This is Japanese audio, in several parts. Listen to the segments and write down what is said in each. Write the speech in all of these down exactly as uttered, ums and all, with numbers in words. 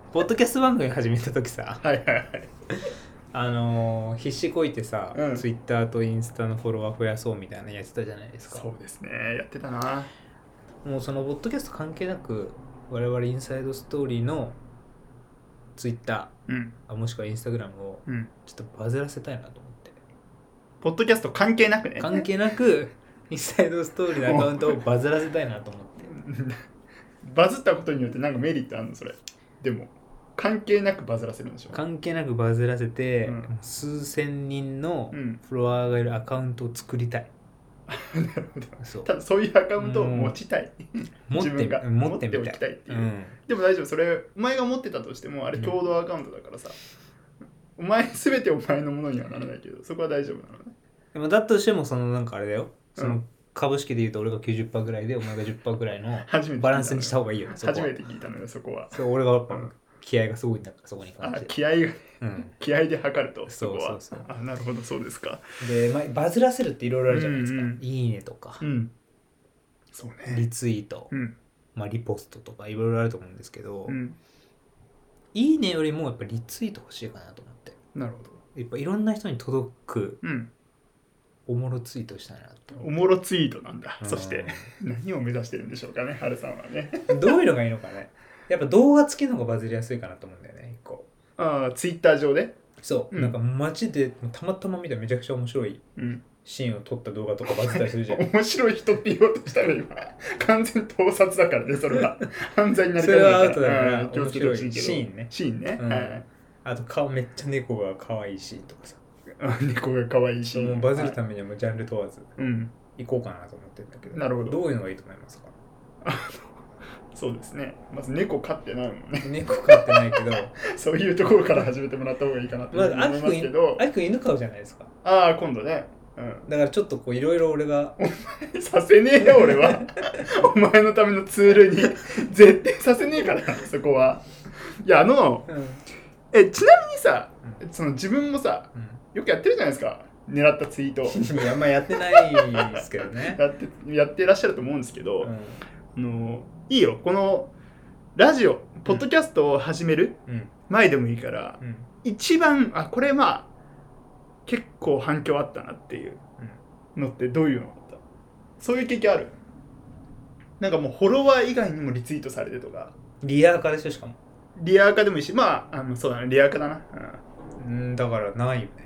ポッドキャスト番組始めた時さはいはいはいあのー、必死こいてさ、 うん、 ツイッターとインスタのフォロワー増やそうみたいなのやってたじゃないですか。 そうですね、やってたな。 もうそのポッドキャスト関係なく我々インサイドストーリーのツイッター、 うん、 あもしくはインスタグラムをうん、 ちょっとバズらせたいなと思って、 ポッドキャスト関係なくね。 関係なくインサイドストーリーのアカウントをバズらせたいなと思ってバズったことによってなんかメリットあるのそれ。でも関係なくバズらせるんでしょ。 関係なくバズらせて、 うん、 数千人のうんフォロワーがいるアカウントを作りたい。 なるほど。 そうただそういうアカウントを持ちたい。 持って自分が持ってみたい持っておきたいっていう、 うん、 でも大丈夫、それお前が持ってたとしてもあれ共同アカウントだからさ、うん、お前全てお前のものにはならないけどそこは大丈夫なのね。 でもだとしてもそのなんかあれだよ、そのうん株式でいうと俺が きゅうじゅっパーセント ぐらいでお前が じゅっパーセント ぐらいの初めて聞いたのよバランスにした方がいいよね。そこは初めて聞いたのよそこは。 そう俺がやっぱうん気合がすごいんだからそこに関あして。 気合がね、 うん、 気合で測るとそこは。 そうそうそう。 あなるほどそうですか。 で、まあ、バズらせるっていろいろあるじゃないですか、 うんうん、 いいねとか、 うん、そうね、 リツイート、 うんまあ、リポストとかいろいろあると思うんですけど、 うん、 いいねよりもやっぱリツイート欲しいかなと思って。 なるほど。 やっぱいろんな人に届くうんおもろツイートしたいなと。 おもろツイートなんだ、 うん、 そして何を目指してるんでしょうかね、ハルさんはね。 どういうのがいいのかね。やっぱ動画付きの方がバズりやすいかなと思うんだよね、一個。 ああツイッター上でそう、 うん、 なんか街でたまたま見ためちゃくちゃ面白いシーンを撮った動画とかバズったりするじゃん。 面白い人って言おうとしたら今完全盗撮だからね、それは犯罪になりそれはアウトだから気をつけてほしいけど、 シーンねシーンね、 うんはい、 あと顔めっちゃ猫が可愛いシーンとかさ、 猫が可愛いし、 もうバズるためにはもうジャンル問わずうん行こうかなと思ってるんだけど、 なるほど。 どういうのがいいと思いますか？ そうですね、まず猫飼ってないもんね。 猫飼ってないけどそういうところから始めてもらった方がいいかなと思いまずますけど、 あきくん犬飼うじゃないですか。 ああ今度ね、うん、 だからちょっとこういろいろ俺がさせねえよ俺はお前のためのツールに絶対させねえからそこは。いやあの、 うん、 えちなみにさ、 うん、 その自分もさうんよくやってるじゃないですか、狙ったツイートいやあんまやってないですけどねやってやってらっしゃると思うんですけど、 うん、 あのいいよ、このラジオポッドキャストを始めるうん前でもいいから、 うん、 一番あこれまあ結構反響あったなっていうのってどういうのだった？そういう経験ある？なんかもうフォロワー以外にもリツイートされてとか。 リアカでしょしかも。 リアカでもいいし、まあ、あのそうだね、リアカだな。 うん、だからないよね。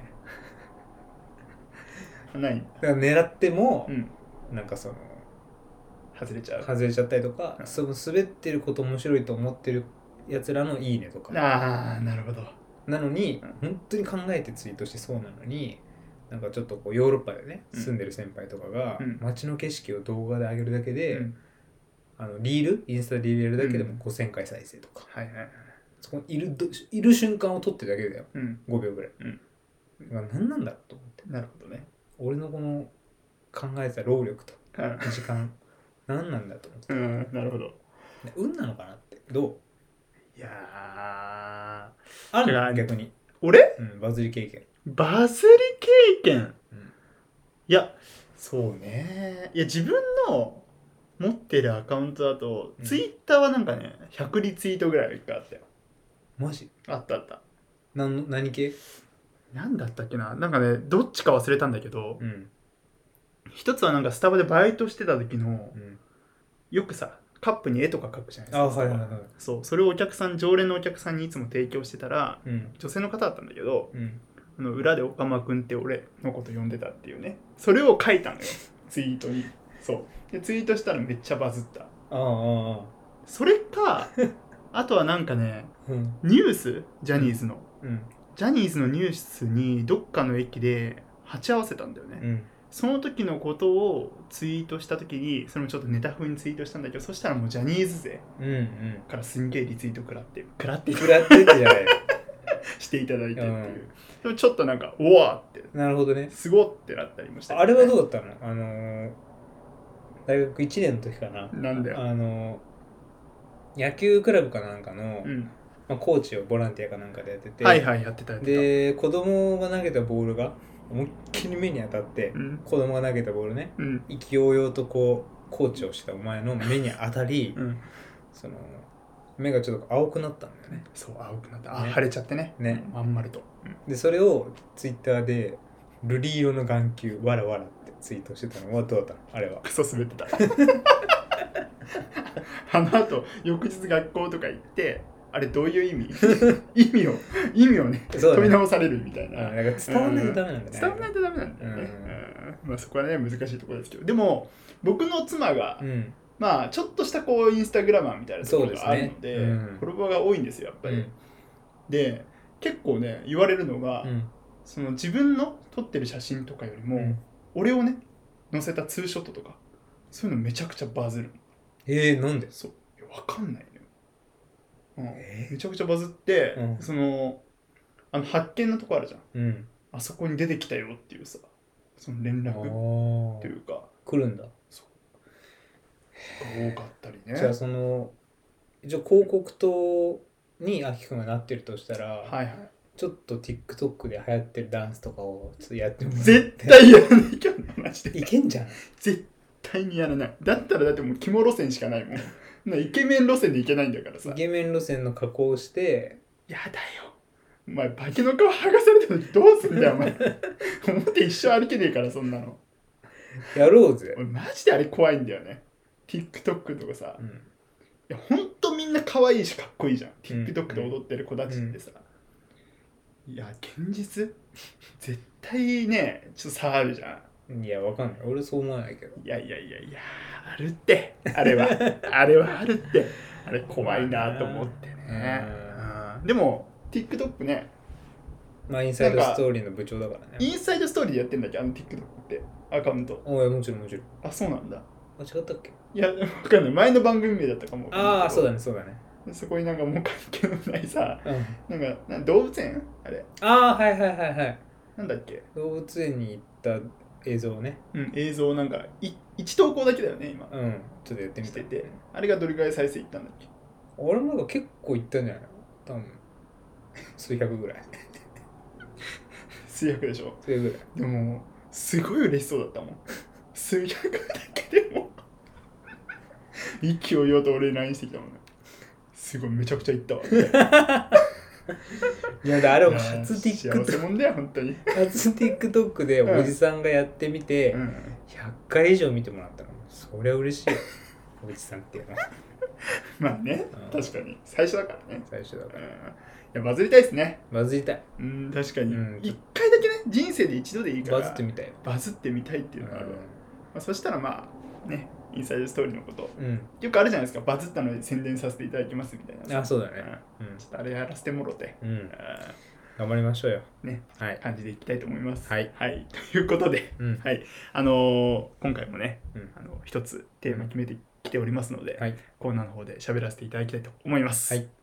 うん、ない。 だから狙っても、 うん、 なんかその外れちゃう。 外れちゃったりとか、 うん、 その滑ってること面白いと思ってるやつらのいいねとか。 ああ、なるほど。 なのに、 うん、 本当に考えてツイートしてそうなのに、なんかちょっとこうヨーロッパでね、住んでる先輩とかが、 うん、 街の景色を動画で上げるだけで、 うん、 あのリールインスタでリールやるだけでもごせんかい再生とか、 はいはいはい。 そこにいるどいる瞬間を撮ってるだけだよ、 うん、 ごびょうぐらい、 うん、 だから何なんだろうと思って。 なるほどね。 俺のこの考えた労力とうん時間何なんだと思って、 うん、なるほど。 運なのかなって。どう？ いやあるーの逆に、 俺、 うん、バズり経験。 バズり経験、 うん、 いやそうね、いや自分の持ってるアカウントだと、うん、ツイッターはなんかねひゃくリツイートぐらいあったよ。 マジ？ あったあった。 何何系？ なんだったっけな、なんかねどっちか忘れたんだけど、 うん、 一つはなんかスタバでバイトしてた時の、 うん、 よくさカップに絵とか描くじゃないですか。 あ、はいはいはい。 そうそれをお客さん常連のお客さんにいつも提供してたら、 うん、 女性の方だったんだけど、 うん、 あの裏でオカマくんって俺のこと呼んでたっていうね、それを書いたのよツイートに。そうでツイートしたらめっちゃバズった。 ああ、 それかあとはなんかね、 うん、 ニュースジャニーズの、 うん、 ジャニーズのニュースにどっかの駅で鉢合わせたんだよね、 うん、 その時のことをツイートした時に、それもちょっとネタ風にツイートしたんだけど、そしたらもうジャニーズ勢うんうんからすんげえリツイート食らって食らって食らってってじゃないしていただいてっていう、 うん、 でもちょっとなんかおわって、 なるほどね、 すごってなったりもした、ね、 あれはどうだったの？あのー、大学いちねんの時かな。 なんだよ、 あのー、野球クラブかなんかの、 うん、 まあ、コーチをボランティアかなんかでやってて、 はいはいやってたやってた。 で子供が投げたボールが思いっきり目に当たって、うん、子供が投げたボールね、うん、意気揚々とこうコーチをしたお前の目に当たり、うん、その目がちょっと青くなったんだよね。 そう青くなったあ、 ね腫れちゃってねねまん丸と、 でそれをツイッターで瑠璃色の眼球わらわらってツイートしてたのはどうだったのあれは。 クソ滑ってたあの後翌日学校とか行ってあれどういう意味意味を意味をねそうだね問い直されるみたいな、 あなんか伝わんないとダメなんだね。 伝わらないとダメなんだよね、 うんうんまあ、そこはね難しいところですけどでも僕の妻が、 うんまあちょっとしたこうインスタグラマーみたいなところがあるのでそうですねうんフォロワーが多いんですよやっぱり、 うんで結構ね言われるのが、 うんその自分の撮ってる写真とかよりも、 うん俺をね載せたツーショットとかそういうのめちゃくちゃバズる。 えー、なんで。 そういや分かんないのよ、うんえーめちゃくちゃバズって、 うんそのあの発見のとこあるじゃんうんあそこに出てきたよっていうさその連あ絡ーというか来るんだ。 が多かったりね。 じゃあその一応広告塔にあきくんがなってるとしたら、 はいはいちょっと TikTok で流行ってるダンスとかをちょっとやってもらって絶対やらないけどねマジでいけんじゃん。 絶対にやらない。だったらだってもう肝路線しかないもんなイケメン路線でいけないんだからさイケメン路線の加工してやだよお前化けの皮剥がされた時どうすんだよお前表一生歩けねえからそんなのやろうぜ。 俺マジであれ怖いんだよね TikTok とかさ、 うんいやほんとみんな可愛いしかっこいいじゃん、 うん TikTok で踊ってる子たちってさ、いや現実絶対ねちょっと差あるじゃん。 いやわかんない俺そう思わないけど。 いやいやいやいやあるってあれはあれはあるってあれ怖いなと思ってね、うん、でも TikTok ねまあインサイドストーリーの部長だからね。 インサイドストーリーでやってんだっけあの TikTok ってアカウント。 おいもちろんもちろん。 あそうなんだ。 あ違ったっけ。 いやわかんない前の番組名だったかも。 ああそうだねねそうだね。 そこになんかもう関係のないさうんなんかな動物園あれああはいはいはいはい。 なんだっけ動物園に行った映像をね。 うん映像なんかいいち投稿だけだよね今うんちょっとやってみしててあれがどれくらい再生いったんだっけ。 俺もなんか結構行ったんじゃないの多分数百ぐらい数百でしょ。 数百ぐらい。 でもすごい嬉しそうだったもん数百だけでも息を言おうと俺 ライン してきたもんね。すごいめちゃくちゃいったわいやだあれもいや初幸せ TikTok もんだよ本当に、 初 TikTok でおじさんがやってみて、 うん、 ひゃっかい以上見てもらったのそりゃ嬉しいよおじさんっていうのはまあねうん確かに最初だからね、 最初だうん、いからやバズりたいですね。 バズりたい。 うん確かにうん一、回だけね人生で一度でいいからバズってみたいよ。 バズってみたいっていうのがあるわ、まあ、そしたらまあねインサイドストーリーのことうん、 よくあるじゃないですかバズったので宣伝させていただきますみたいなあそうだね。 うんちょっとあれやらせてもろて、 うん、うん、 あ頑張りましょうよ。 ーねはい。 感じでいきたいと思います。 はい、 はい、ということで、 うん、 はい、あのー今回もね、 うんあの一つテーマ決めてきておりますので、 はい、 コーナーの方で喋らせていただきたいと思います。 はい。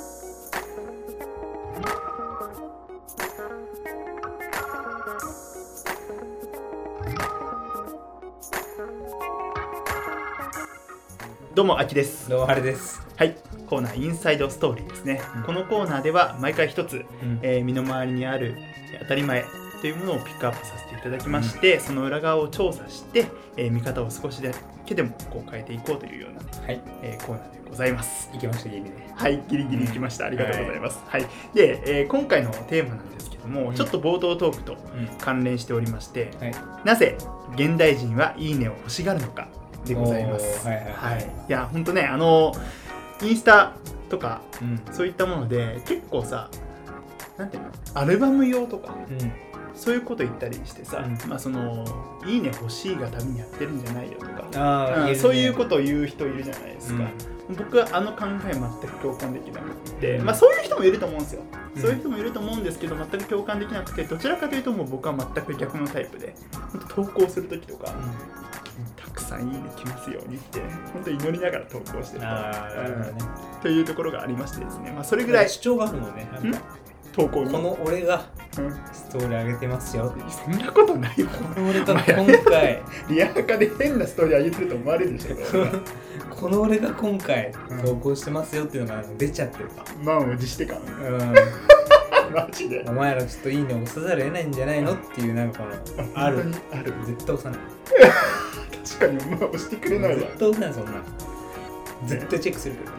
どうもあきです。 どうもあれです。 はい、コーナーインサイドストーリーですね。 うんこのコーナーでは毎回一つ、 うん、 えー身の回りにある当たり前というものをピックアップさせていただきまして、その裏側を調査して、えー見方を少しだけでもこう変えていこうというような、 はい、 えーコーナーでございます。 行きました、ギリで。 はい、ギリギリ行きました。ありがとうございます。はい、で、えー今回のテーマなんですけども、 うんちょっと冒頭トークとうん、 関連しておりまして、 はい、 なぜ現代人はいいねを欲しがるのかでございます。 おーはいはいはいいや、ほんとね、あの、インスタとか、 うん、 そういったもので、結構さ、なんていうの、アルバム用とか、 うん、 そういうこと言ったりしてさ、 うんまあその、いいね欲しいがためにやってるんじゃないよとか、 ああ、 うんそういうこととを言う人いるじゃないですか。 うん、 僕はあの考え全く共感できなくて、 うんまあそういう人もいると思うんですよ、 うんそういう人もいると思うんですけど全く共感できなくて、どちらかというともう僕は全く逆のタイプで、本当投稿するときとか、たくさんいいね来ますようにって本当に祈りながら投稿してるああ、なるほどね。 というところがありましてですね、まあそれぐらい主張があるもんね。なんか投稿にこの俺がうんストーリー上げてますよ。 そんなことないよこの俺が今回、 リアカで変なストーリー上げてると思われるでしょこの俺が今回うん投稿してますよっていうのが出ちゃってる。 満を持して感うん。 マジでお前らちょっといいね押さざるを得ないんじゃないのっていうなんかこのある本当にある絶対押さない確かにまあ押してくれないわ絶対押さないそんな絶対チェックするけどね絶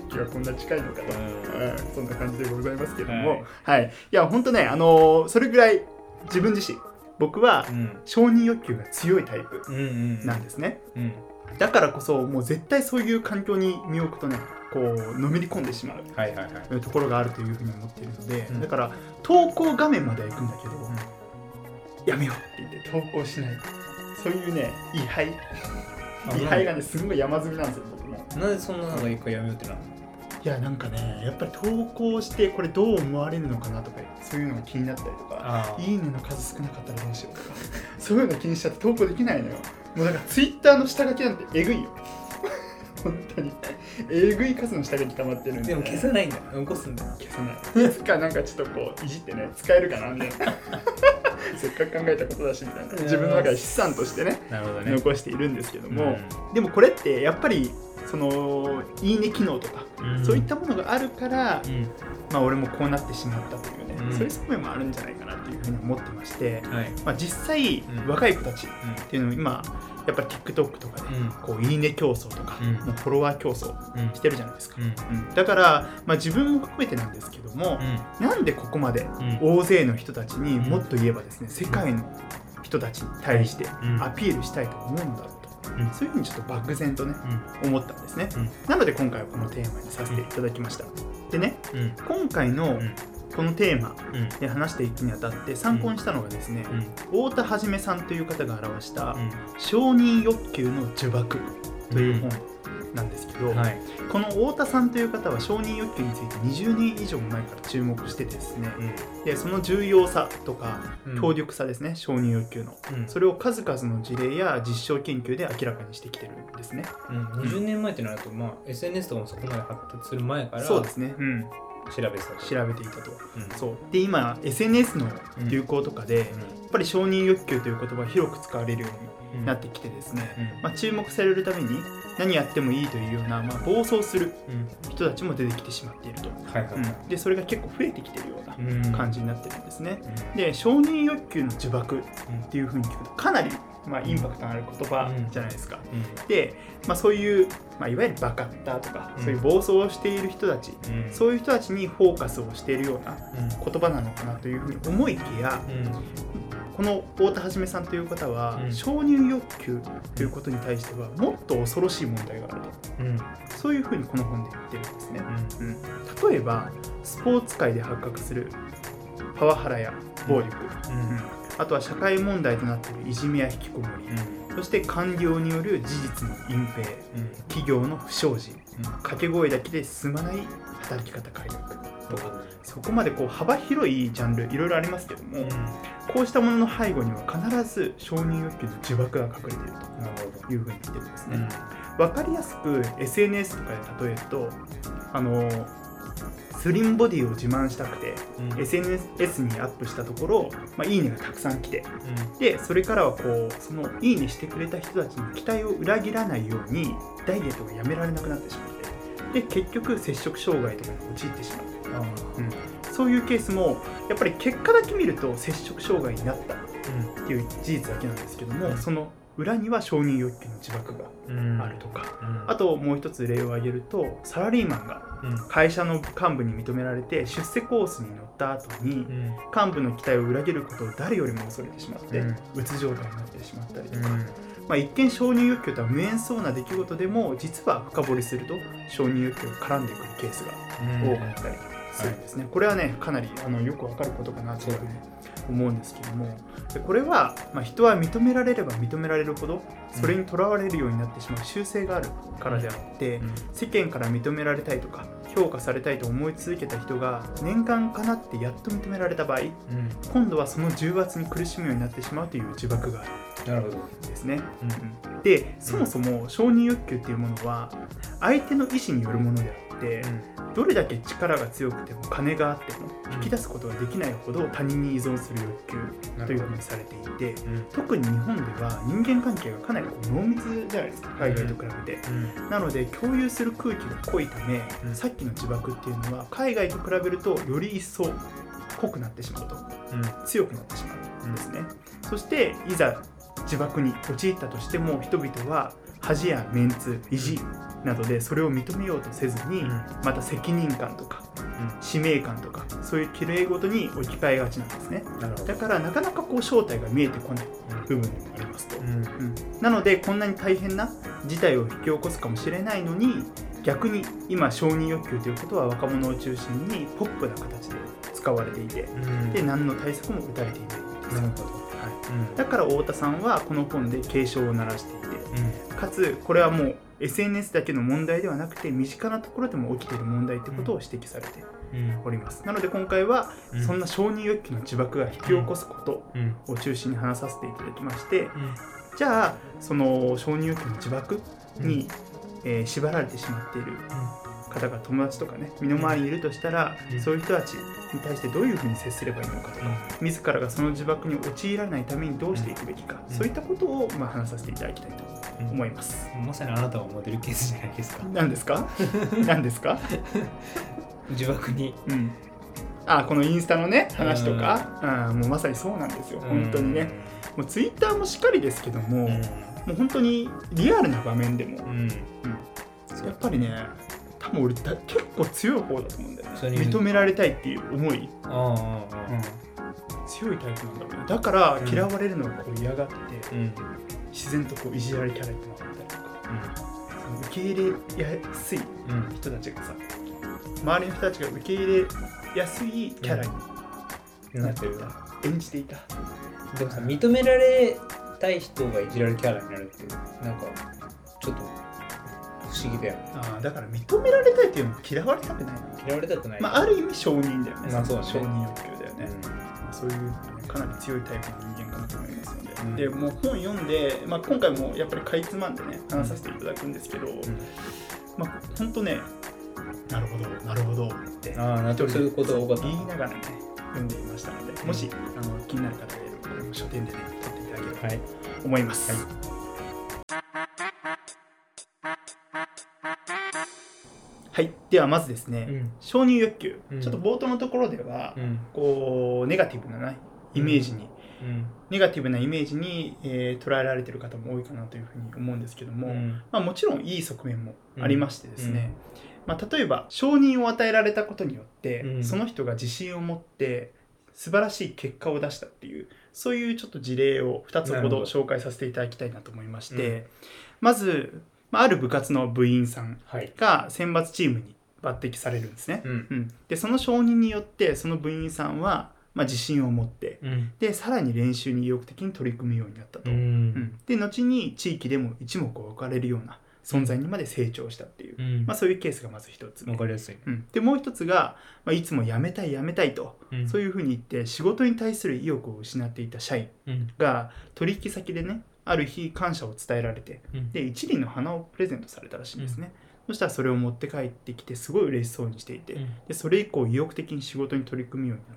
時がこんな近いのかと、 うんうん、そんな感じでございますけども、 はい、 はい、いや本当ね、あのー、それぐらい自分自身僕は承認欲求が強いタイプなんですね、 うんうんうん、 だからこそもう絶対そういう環境に身を置くとねこうのめり込んでしまう、はいはいはい、ところがあるというふうに思っているので、うん、だから投稿画面までは行くんだけど、うん、やめようって言って投稿しない、そういうね位牌位牌がねすごい山積みなんですよ僕も。 なんでそんなのが一回やめようってなるの？ いやなんかねやっぱり投稿してこれどう思われるのかなとかそういうのが気になったりとか、いいねの数少なかったらどうしようとかそういうの気にしちゃって投稿できないのよ。もうだからツイッターの下書きなんてえぐいよ本当にえぐい数の下書き溜まってるんで、 でも消さないんだ、起こすんだよ。 消さない。いつかなんかちょっとこういじってね使えるかなみたいなせっかく考えたことだしみたいな自分の中で資産としてね、なるほどね残しているんですけども、うん、でもこれってやっぱりそのいいね機能とか、うん、そういったものがあるから、うん、まあ俺もこうなってしまったというね、うん、そういう側面もあるんじゃないかなというふうに思ってまして、はい、まあ、実際、うん、若い子たちっていうのを今やっぱり TikTok とかで、ね、こういいね競争とか、うん、もうフォロワー競争してるじゃないですか、うんうん、だから、まあ、自分も含めてなんですけども、うん、なんでここまで大勢の人たちにもっと言えばですね、世界の人たちに対してアピールしたいと思うんだろうと、うん、そういうふうにちょっと漠然とね、うん、思ったんですね、うん、なので今回はこのテーマにさせていただきました。でね、うん、今回のこのテーマで話していくにあたって参考にしたのがですね、うん、太田はじめさんという方が表した「承認欲求の呪縛」という本なんですけど、うんはい、この太田さんという方は承認欲求についてにじゅうねん以上前から注目してですね、うん、でその重要さとか強力さですね、うん、承認欲求の、うん、それを数々の事例や実証研究で明らかにしてきてるんですね、 うん、にじゅうねんまえってなると、まあ、エスエヌエス とかもそこまで発達する前からそうですね、うん、 調べてたと調べていたと、うん、そうで今 エスエヌエス の流行とかで、うん、やっぱり承認欲求という言葉が広く使われるようになってきてですね、うんまあ、注目されるために何やってもいいというような、まあ、暴走する人たちも出てきてしまっていると、はいはいはいうん、でそれが結構増えてきているような感じになってるんですね、うん、で承認欲求の呪縛っていう風に聞くとかなりまあ、インパクトのある言葉じゃないですか、うん、で、まあ、そういう、まあ、いわゆるバカッターとか、うん、そういう暴走をしている人たち、うん、そういう人たちにフォーカスをしているような言葉なのかなというふうに思いきや、この太田はじめさんという方は、承認欲求ということに対してはもっと恐ろしい問題があると、そういうふうにこの本で言ってるんですね、うんうん、例えばスポーツ界で発覚するパワハラや暴力、うんうんあとは社会問題となっているいじめや引きこもり、うん、そして官僚による事実の隠蔽、うん、企業の不祥事、うん、掛け声だけで進まない働き方改革とか、うん、そこまでこう幅広いジャンルいろいろありますけども、うん、こうしたものの背後には必ず承認欲求の呪縛が隠れているというふうに言ってるんですね、うん、分かりやすく エスエヌエス とかで例えるとあのスリムボディを自慢したくて、うん、エスエヌエス にアップしたところ、まあ、いいねがたくさん来て、うん、でそれからはこうそのいいねしてくれた人たちの期待を裏切らないようにダイエットがやめられなくなってしまってで結局摂食障害とかに陥ってしまう、うん、そういうケースもやっぱり結果だけ見ると摂食障害になったっていう事実だけなんですけども、うん、その裏には承認欲求の呪縛があるとか、うんうん、あともう一つ例を挙げるとサラリーマンが会社の幹部に認められて出世コースに乗った後に、うん、幹部の期待を裏切ることを誰よりも恐れてしまって、うん、うつ状態になってしまったりとか、うんまあ、一見承認欲求とは無縁そうな出来事でも実は深掘りすると承認欲求が絡んでくるケースが多かったりするんですね、はい、これはねかなりあのよくわかることかなというふうに思うんですけどもでこれは、まあ、人は認められれば認められるほどそれにとらわれるようになってしまう習性があるからであって、うん、世間から認められたいとか評価されたいと思い続けた人が念願かなってやっと認められた場合、うん、今度はその重圧に苦しむようになってしまうという呪縛があるなるほどですね、うんうん、でそもそも承認欲求っていうものは相手の意思によるものであって、うん、どれだけ力が強くても金があっても引き出すことができないほど他人に依存する欲求というふうにされていて、うん、特に日本では人間関係がかなりこう濃密じゃないですか海外と比べて、うん、なので共有する空気が濃いため、うん、さっきの呪縛っていうのは海外と比べるとより一層濃くなってしまうと、うん、強くなってしまうんですね、うん、そしていざ呪縛に陥ったとしても人々は恥やメンツ、意地などでそれを認めようとせずに、 うん、 また責任感とか、うん、使命感とかそういうきれいごとに置き換えがちなんですね。 なるほど。 だからなかなかこう正体が見えてこない部分でもありますと、 うんうん、 なのでこんなに大変な事態を引き起こすかもしれないのに、逆に今承認欲求ということは若者を中心にポップな形で使われていて、うん、で何の対策も打たれていないんです。なるほど、はい、うん、だから太田さんはこの本で警鐘を鳴らしていて、うん、かつこれはもう エスエヌエス だけの問題ではなくて身近なところでも起きている問題ということを指摘されております、うん、なので今回はそんな承認欲求の呪縛が引き起こすことを中心に話させていただきまして、うん、じゃあその承認欲求の呪縛に、うんえー、縛られてしまっている方が友達とかね身の回りにいるとしたら、うん、そういう人たちに対してどういうふうに接すればいいのかとか、うん、自らがその呪縛に陥らないためにどうしていくべきか、うん、そういったことをまあ話させていただきたいと思います、 うん、まさにあなたはモデルケースじゃないですか。 何ですか何ですか呪縛に、 うん、あこのインスタのね話とか、うん、もうまさにそうなんですよ、うん、本当にねもうツイッターもしっかりですけども、うん、もう本当にリアルな場面でも、うんうん、やっぱりね多分俺だ結構強い方だと思うんだよね。認められたいっていう思い、ああ、うん、強いタイプなんだろうね。だから嫌われるのをこう嫌がって、うん、自然とこういじられキャラになったりとか、うん、受け入れやすい人たちがさ、うん、周りの人たちが受け入れやすいキャラになっていた、うん、演じていた。 でもさ、認められたい人がいじられるキャラになるってなんかちょっと不思議だよね。 ああ、だから認められたいっていうのも嫌われたくない。 嫌われたくない。 まあある意味承認だよね。 まあそうだね。 承認欲求だよね。うんまあ、そういう、ね、かなり強いタイプの人間かなと思いますので、うん、でもう本読んで、まあ、今回もやっぱりかいつまんでね話させていただくんですけど、うん、まあ本当ね、なるほどなるほどってああ納得することが多かった言いながらね読んでいましたので、うん、もしあの気になる方がいる書店でね取っていただければと思います。はいはいはい、ではまずですね、うん、承認欲求、うん、ちょっと冒頭のところでは、うん、こうネガティブな、ね、イメージに、うん、ネガティブなイメージに、えー、捉えられている方も多いかなというふうに思うんですけども、うんまあ、もちろんいい側面もありましてですね、うんまあ、例えば承認を与えられたことによって、うん、その人が自信を持って素晴らしい結果を出したっていうそういうちょっと事例をふたつほど紹介させていただきたいなと思いまして、まずある部活の部員さんが選抜チームに抜擢されるんですね、うんうん、でその承認によってその部員さんは、まあ、自信を持って、うん、でさらに練習に意欲的に取り組むようになったと、うんうん、で後に地域でも一目置かれるような存在にまで成長したっていう、うんまあ、そういうケースがまず一つ目。 わかりやすい、 うん、でもう一つが、まあ、いつも辞めたい辞めたいと、うん、そういうふうに言って仕事に対する意欲を失っていた社員が取引先でねある日感謝を伝えられて、うん、で一輪の花をプレゼントされたらしいんですね、うん、そしたらそれを持って帰ってきてすごい嬉しそうにしていて、うん、でそれ以降意欲的に仕事に取り組むようになって、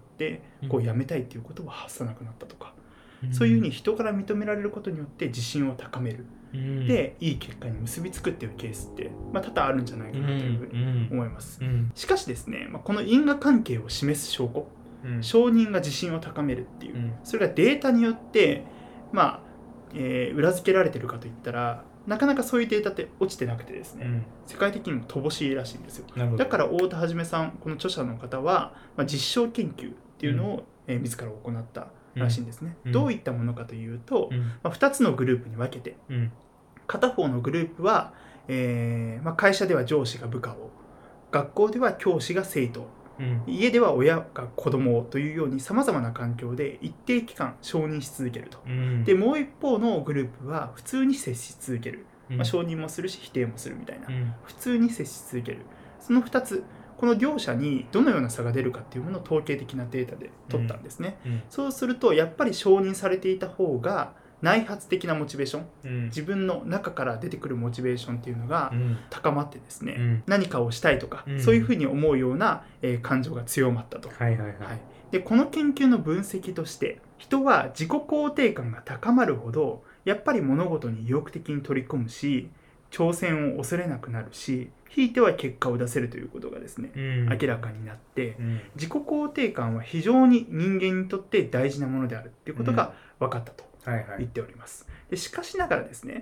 うん、こう辞めたいっていうことを発さなくなったとか、うん、そういうふうに人から認められることによって自信を高める、うん、でいい結果に結びつくっていうケースって、まあ、多々あるんじゃないかなというふうに思います、うんうん、しかしですね、まあ、この因果関係を示す証拠、うん、承認が自信を高めるっていう、うん、それがデータによってまあえー、裏付けられてるかといったらなかなかそういうデータって落ちてなくてですね、うん、世界的にも乏しいらしいんですよ。だから太田一さんこの著者の方は、まあ、実証研究っていうのを、うんえー、自ら行ったらしいんですね、うん、どういったものかというと、うんまあ、ふたつのグループに分けて、うん、片方のグループは、えーまあ、会社では上司が部下を学校では教師が生徒うん、家では親が子供をというようにさまざまな環境で一定期間承認し続けると、うん、でもう一方のグループは普通に接し続ける、うんまあ、承認もするし否定もするみたいな、うん、普通に接し続けるそのふたつこの両者にどのような差が出るかっていうものを統計的なデータで取ったんですね、うんうん、そうするとやっぱり承認されていた方が内発的なモチベーション、うん、自分の中から出てくるモチベーションっていうのが高まってですね、うん、何かをしたいとか、うん、そういうふうに思うような、えー、感情が強まったと、はいはいはいはい、でこの研究の分析として人は自己肯定感が高まるほどやっぱり物事に意欲的に取り組むし挑戦を恐れなくなるしひいては結果を出せるということがですね、うん、明らかになって、うん、自己肯定感は非常に人間にとって大事なものであるっていうことが分かったと、うんはいはい、言っております。でしかしながらですね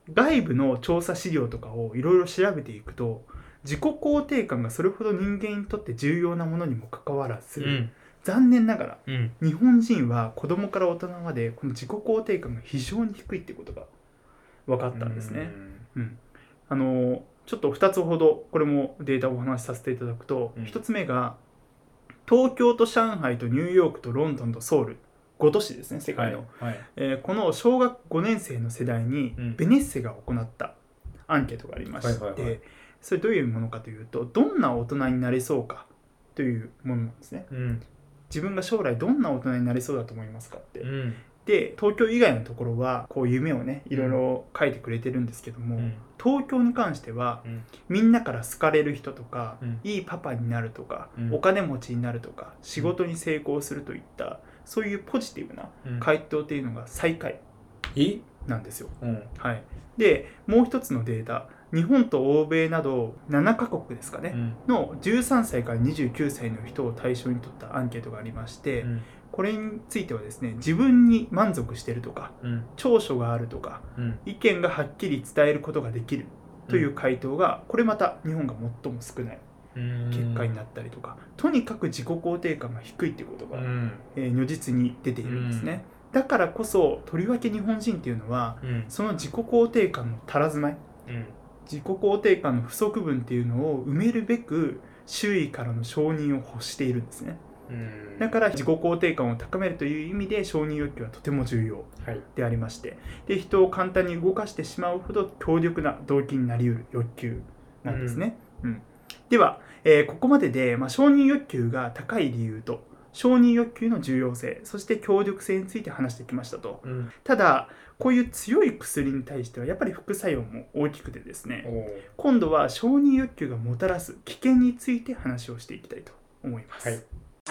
外部の調査資料とかをいろいろ調べていくと、自己肯定感がそれほど人間にとって重要なものにもかかわらず、うん、残念ながら、うん、日本人は子供から大人までこの自己肯定感が非常に低いっていうことが分かったんですね。うん、うん、あのちょっとふたつほどこれもデータをお話しさせていただくと、うん、ひとつめが東京と上海とニューヨークとロンドンとソウルご都市ですね、世界の、はいはい、えー、この小学ごねん生の世代にベネッセが行ったアンケートがありまして、はいはいはい、それどういうものかというと、どんな大人になれそうかというものなんですね、うん、自分が将来どんな大人になれそうだと思いますかって、うん、で東京以外のところはこう夢をねいろいろ書いてくれてるんですけども、うん、東京に関しては、うん、みんなから好かれる人とか、うん、いいパパになるとか、うん、お金持ちになるとか、仕事に成功するといった、そういうポジティブな回答っていうのが最下位なんですよ、うんはい、でもう一つのデータ、日本と欧米などななカ国ですかね、うん、のじゅうさんさいからにじゅうきゅうさいの人を対象に取ったアンケートがありまして、うん、これについてはですね、自分に満足しているとか、うん、長所があるとか、うん、意見がはっきり伝えることができるという回答が、これまた日本が最も少ない結果になったりとか、とにかく自己肯定感が低いっていうことが、うんえー、如実に出ているんですね、うん、だからこそとりわけ日本人っていうのは、うん、その自己肯定感の足らずまい、うん、自己肯定感の不足分っていうのを埋めるべく周囲からの承認を欲しているんですね。うん、だから自己肯定感を高めるという意味で承認欲求はとても重要でありまして、はい、で人を簡単に動かしてしまうほど強力な動機になりうる欲求なんですね、うんうん、では、えー、ここまでで、まあ、承認欲求が高い理由と承認欲求の重要性、そして強力性について話してきましたと、うん、ただこういう強い薬に対してはやっぱり副作用も大きくてですね、今度は承認欲求がもたらす危険について話をしていきたいと思います。はい、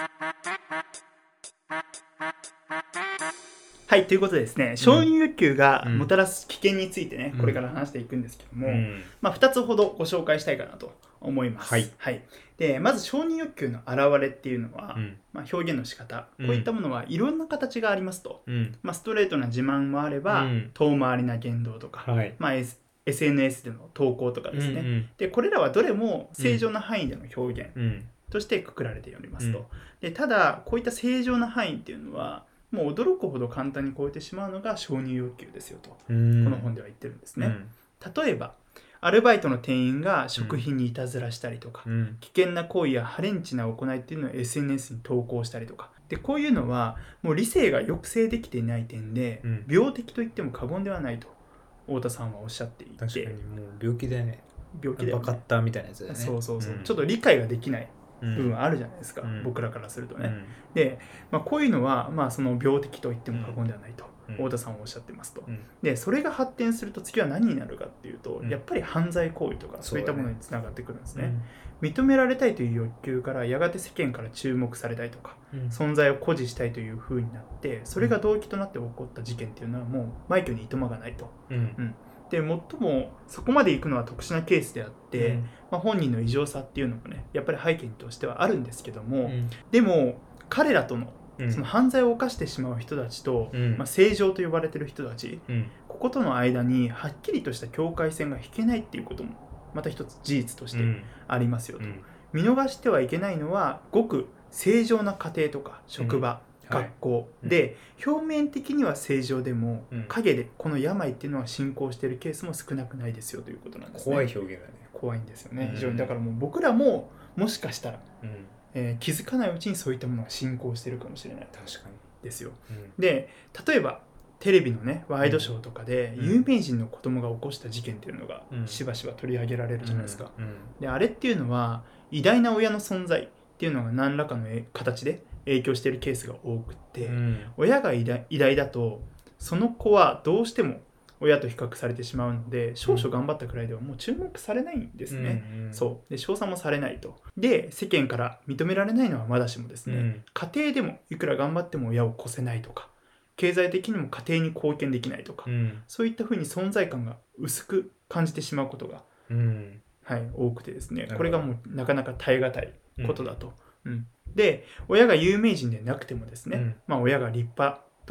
はい、ということでですね、承認欲求がもたらす危険についてね、うん、これから話していくんですけども、うん、まあ、ふたつほどご紹介したいかなと思います。はいはい、でまず承認欲求の表れっていうのは、うんまあ、表現の仕方、こういったものはいろんな形がありますと、うんまあ、ストレートな自慢もあれば、うん、遠回りな言動とか、はいまあ、Sエスエヌエス での投稿とかですね、うんうん、でこれらはどれも正常な範囲での表現としてくくられておりますと、うん、でただこういった正常な範囲っていうのはもう驚くほど簡単に超えてしまうのが承認欲求ですよと、この本では言ってるんですね、うん、例えばアルバイトの店員が食品にいたずらしたりとか、うん、危険な行為やハレンチな行いっていうのを エスエヌエス に投稿したりとかで、こういうのはもう理性が抑制できていない点で、うん、病的と言っても過言ではないと太田さんはおっしゃっていて、 確かにもう病気だよね、病気だよね、バカッターみたいなやつだよね。 そうそうそう、うん、ちょっと理解ができない部分あるじゃないですか、うん、僕らからするとね、うん、で、まあ、こういうのは、まあ、その病的と言っても過言ではないと、うん、太田さんはおっしゃってますと、うん、でそれが発展すると次は何になるかっていうと、うん、やっぱり犯罪行為とかそういったものにつながってくるんですね、うん、認められたいという欲求からやがて世間から注目されたいとか、うん、存在を誇示したいという風になって、それが動機となって起こった事件っていうのはもう枚挙にいとまがないと、うんうんで最もそこまで行くのは特殊なケースであって、うんまあ、本人の異常さっていうのもねやっぱり背景としてはあるんですけども、うん、でも彼らとのその犯罪を犯してしまう人たちと、うんまあ、正常と呼ばれている人たち、うん、こことの間にはっきりとした境界線が引けないっていうこともまた一つ事実としてありますよと、うん、見逃してはいけないのはごく正常な家庭とか職場、うん学校で、うん、表面的には正常でも、うん、陰でこの病っていうのは進行しているケースも少なくないですよということなんですね。 怖い表現だね。 怖いんですよね、非常に。だからもう僕らももしかしたら、うんえー、気づかないうちにそういったものが進行しているかもしれない。 確かにですよ、うん、で例えばテレビのねワイドショーとかで、うん、有名人の子供が起こした事件っていうのがしばしば取り上げられるじゃないですか、うんうん、であれっていうのは偉大な親の存在っていうのが何らかの形で影響しているケースが多くて、うん、親が偉大、偉大だとその子はどうしても親と比較されてしまうので、少々頑張ったくらいではもう注目されないんですね、うんうん、そうで称賛もされないと。で世間から認められないのはまだしもですね、うん、家庭でもいくら頑張っても親を越せないとか、経済的にも家庭に貢献できないとか、うん、そういったふうに存在感が薄く感じてしまうことが、うんはい、多くてですね、これがもうなかなか耐え難いことだと、うんうん、で親が有名人でなくてもですね、うんまあ、親が立派とか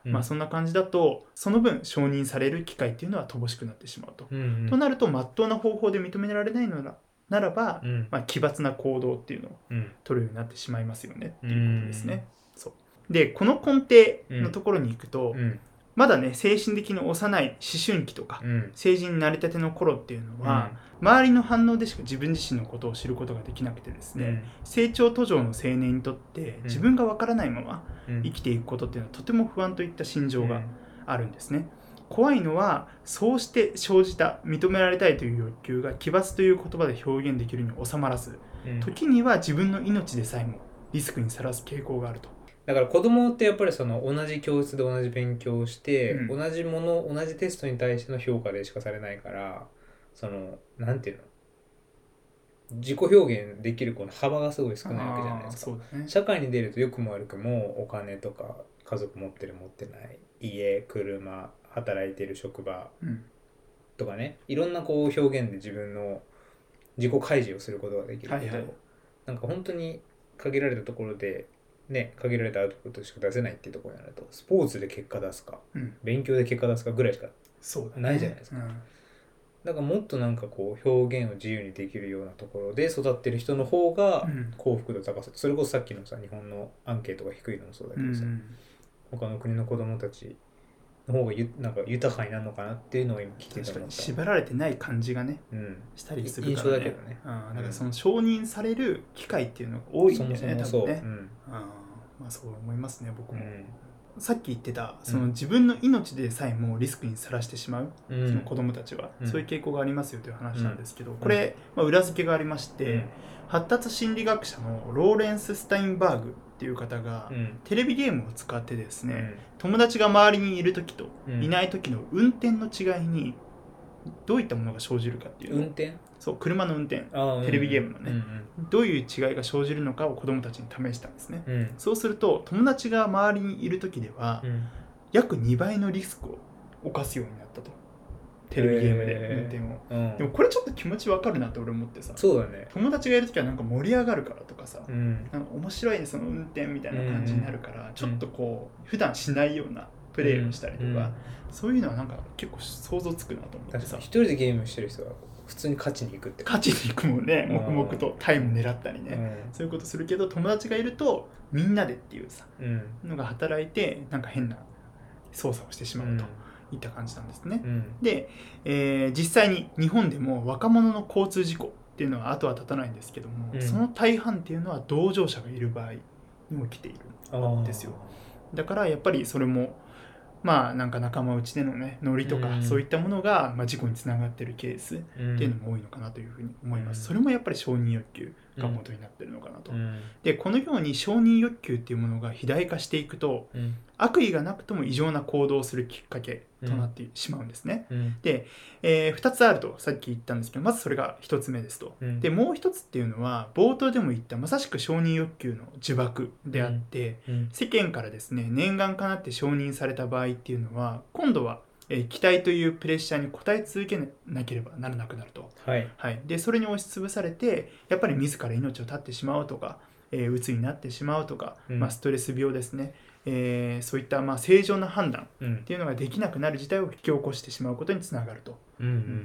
うん、まあそんな感じだとその分承認される機会っていうのは乏しくなってしまうと、 うんうん、 となると真っ当な方法で認められないのなならば、 うんまあ、奇抜な行動っていうのを取るようになってしまいますよね、うん、っていうことですね、うん、そうでこの根底のところに行くと、うんうん、まだね精神的に幼い思春期とか、うん、成人になりたての頃っていうのは、うん、周りの反応でしか自分自身のことを知ることができなくてですね、うん、成長途上の青年にとって自分がわからないまま生きていくことっていうのはとても不安といった心情があるんですね、うん、怖いのはそうして生じた認められたいという欲求が奇抜という言葉で表現できるに収まらず、うん、時には自分の命でさえもリスクにさらす傾向があると。 だから子供ってやっぱりその同じ教室で同じ勉強をして、うん、同じもの同じテストに対しての評価でしかされないから、そのなんていうの自己表現できるこの幅がすごい少ないわけじゃないですか。そうだね、社会に出ると良くも悪くもお金とか家族持ってる持ってない家車働いてる職場とかね、うん、いろんなこう表現で自分の自己開示をすることができるけど、はいはい、なんか本当に限られたところでね、限られたアウトプットしか出せないっていうところになるとスポーツで結果出すか、うん、勉強で結果出すかぐらいしかないじゃないですか。だね、うん、だからもっとなんかこう表現を自由にできるようなところで育ってる人の方が幸福度高さ、うん、それこそさっきのさ日本のアンケートが低いのもそうだけどさ、うん、他の国の子供たちの方がゆなんか豊かになるのかなっていうのを今聞いてた。 確かに縛られてない感じがね、うん、したりするからね。印象だけどね。あ、だからその承認される機会っていうのが多いんだよね、そもそもそう、多分ね。うん、あ、まあそう思いますね、僕も。うん、さっき言ってたその自分の命でさえもリスクにさらしてしまう、うん、その子供たちは、うん、そういう傾向がありますよという話なんですけど、うん、これ、まあ、裏付けがありまして、うん、発達心理学者のローレンス・スタインバーグっていう方が、うん、テレビゲームを使ってですね、うん、友達が周りにいる時といない時の運転の違いにどういったものが生じるかっていうのを、 運転そう車の運転、テレビゲームのね、うんうん、どういう違いが生じるのかを子どもたちに試したんですね、うん、そうすると友達が周りにいる時では、うん、約にばいのリスクを犯すようになったと、テレビゲームで運転を、うん、でもこれちょっと気持ちわかるなって俺思ってさ、 そうだね、 友達がいる時はなんか盛り上がるからとかさ、うん、なんか面白いねその運転みたいな感じになるから、うん、ちょっとこう普段しないようなプレイをしたりとか、うん、そういうのはなんか結構想像つくなと思ってさ、 一人でゲームしてる人は普通に勝ちに行くって勝ちに行くもんね、黙々とタイム狙ったりね、うん、そういうことするけど友達がいるとみんなでっていうさ、うん、のが働いてなんか変な操作をしてしまうといった感じなんですね、うん、で、えー、実際に日本でも若者の交通事故っていうのは後は絶たないんですけども、うん、その大半っていうのは同乗者がいる場合に起きているんですよ。だからやっぱりそれもまあなんか仲間内でのねノリとか、うん、そういったものが、まあ、事故につながっているケースっていうのも多いのかなというふうに思います、うん、それもやっぱり承認欲求が元になっているのかなと、うん、でこのように承認欲求っていうものが肥大化していくと、うん、悪意がなくとも異常な行動をするきっかけとなってしまうんですね、うん、で、えー、ふたつあるとさっき言ったんですけど、まずそれがひとつめですと、うん、でもうひとつっていうのは冒頭でも言ったまさしく承認欲求の呪縛であって、うんうん、世間からですね念願かなって承認された場合っていうのは今度はえ期待というプレッシャーに応え続けなければならなくなると、はいはい、でそれに押しつぶされてやっぱり自ら命を絶ってしまうとか、えー、鬱になってしまうとか、うんまあ、ストレス病ですね、えー、そういったまあ正常な判断っていうのができなくなる事態を引き起こしてしまうことにつながると、うんうん、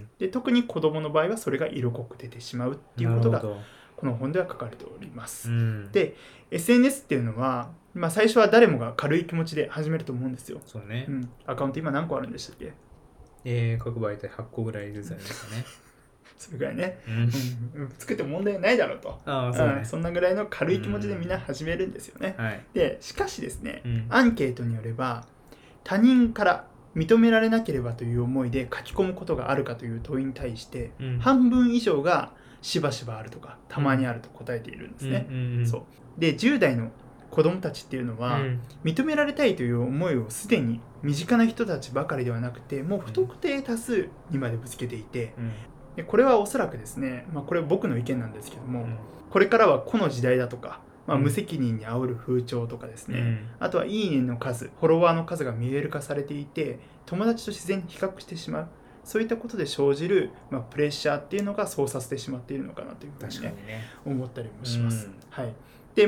で特に子どもの場合はそれが色濃く出てしまうっていうことがこの本では書かれております、うん、で エスエヌエス っていうのは、まあ、最初は誰もが軽い気持ちで始めると思うんですよ。 そうね、 うん、アカウント今何個あるんでしたっけ？ えー、各媒体はっこぐらいずつありますかねそれぐらいね、うんうん、作っても問題ないだろうと、あそうね、うん、そんなぐらいの軽い気持ちでみんな始めるんですよね、はい、でしかしですね、うん、アンケートによれば他人から認められなければという思いで書き込むことがあるかという問いに対して、うん、半分以上がしばしばあるとかたまにあると答えているんですね、うんうんうん、そうでじゅう代の子供たちっていうのは、うん、認められたいという思いをすでに身近な人たちばかりではなくてもう不特定多数にまでぶつけていて、うん、でこれはおそらくですね、まあ、これは僕の意見なんですけども、うん、これからは個の時代だとか、まあ、無責任に煽る風潮とかですね、うん、あとはいいねの数フォロワーの数が見える化されていて友達と自然に比較してしまうそういったことで生じる、まあ、プレッシャーっていうのがそうさせてしまっているのかなというふうに、ねね、思ったりもします、うん、はい、でまあ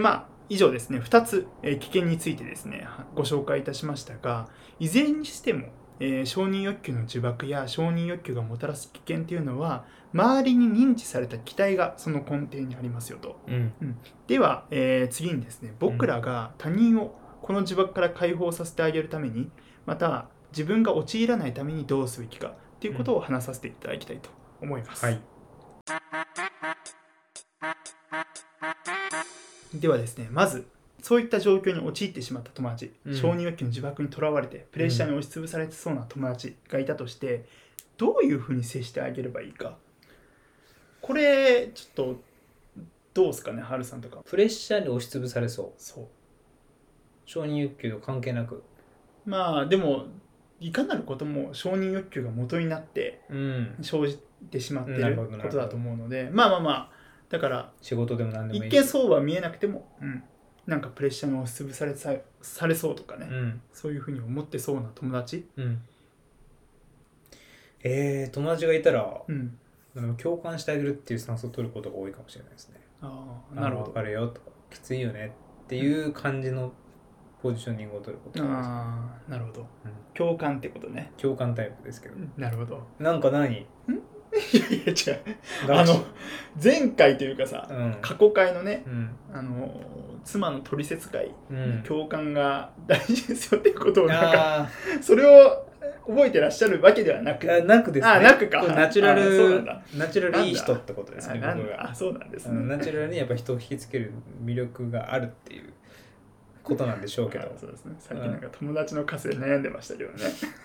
以上ですねふたつ、えー、危険についてですねご紹介いたしましたが、いずれにしても、えー、承認欲求の呪縛や承認欲求がもたらす危険というのは周りに認知された期待がその根底にありますよと、 うんうん、では、えー、次にですね僕らが他人をこの呪縛から解放させてあげるために、また自分が陥らないためにどうすべきかということを話させていただきたいと思います、 はい。 ではですね、まずそういった状況に陥ってしまった友達、 うん承認欲求の呪縛にとらわれてプレッシャーに押しつぶされてそうな友達がいたとして、どういうふうに接してあげればいいか、これちょっとどうですかね、ハルさんとか。 プレッシャーに押しつぶされそう。 そう承認欲求と関係なく。 まあでもいかなることも承認欲求が元になってうん生じてしまっているなるほどことだと思うので、まあまあまあだから仕事でも何でもいい一し。 見そうは見えなくても、うん、なんかプレッシャーに押しつぶされさされそうとかね、 うんそういうふうに思ってそうな友達、 うんえー、友達がいたら、 うん、 でも共感してあげるっていうスタンスを取ることが多いかもしれないですね。 ああなるほど。 分かるよとかきついよねっていう感じのポジショニングを取ることが多いですね。 ああなるほど、 うん共感ってことね。 共感タイプですけど。 なるほど。 なんか何いやいや違うあの前回というかさ、 うん過去回のね、 うんあの妻の取説会、 うん共感が大事ですよっていうことをなんかあそれを覚えてらっしゃるわけではなく、 ーあなくですね。 あなくかナチュラあそうなルんだナチュラルいい人ってことですね。 あなん僕があそうなんですあのね。 ナチュラルにやっぱ人を引きつける魅力があるっていうことなんでしょうけどあそうですね。さっきなんか友達の数で悩んでましたけどね。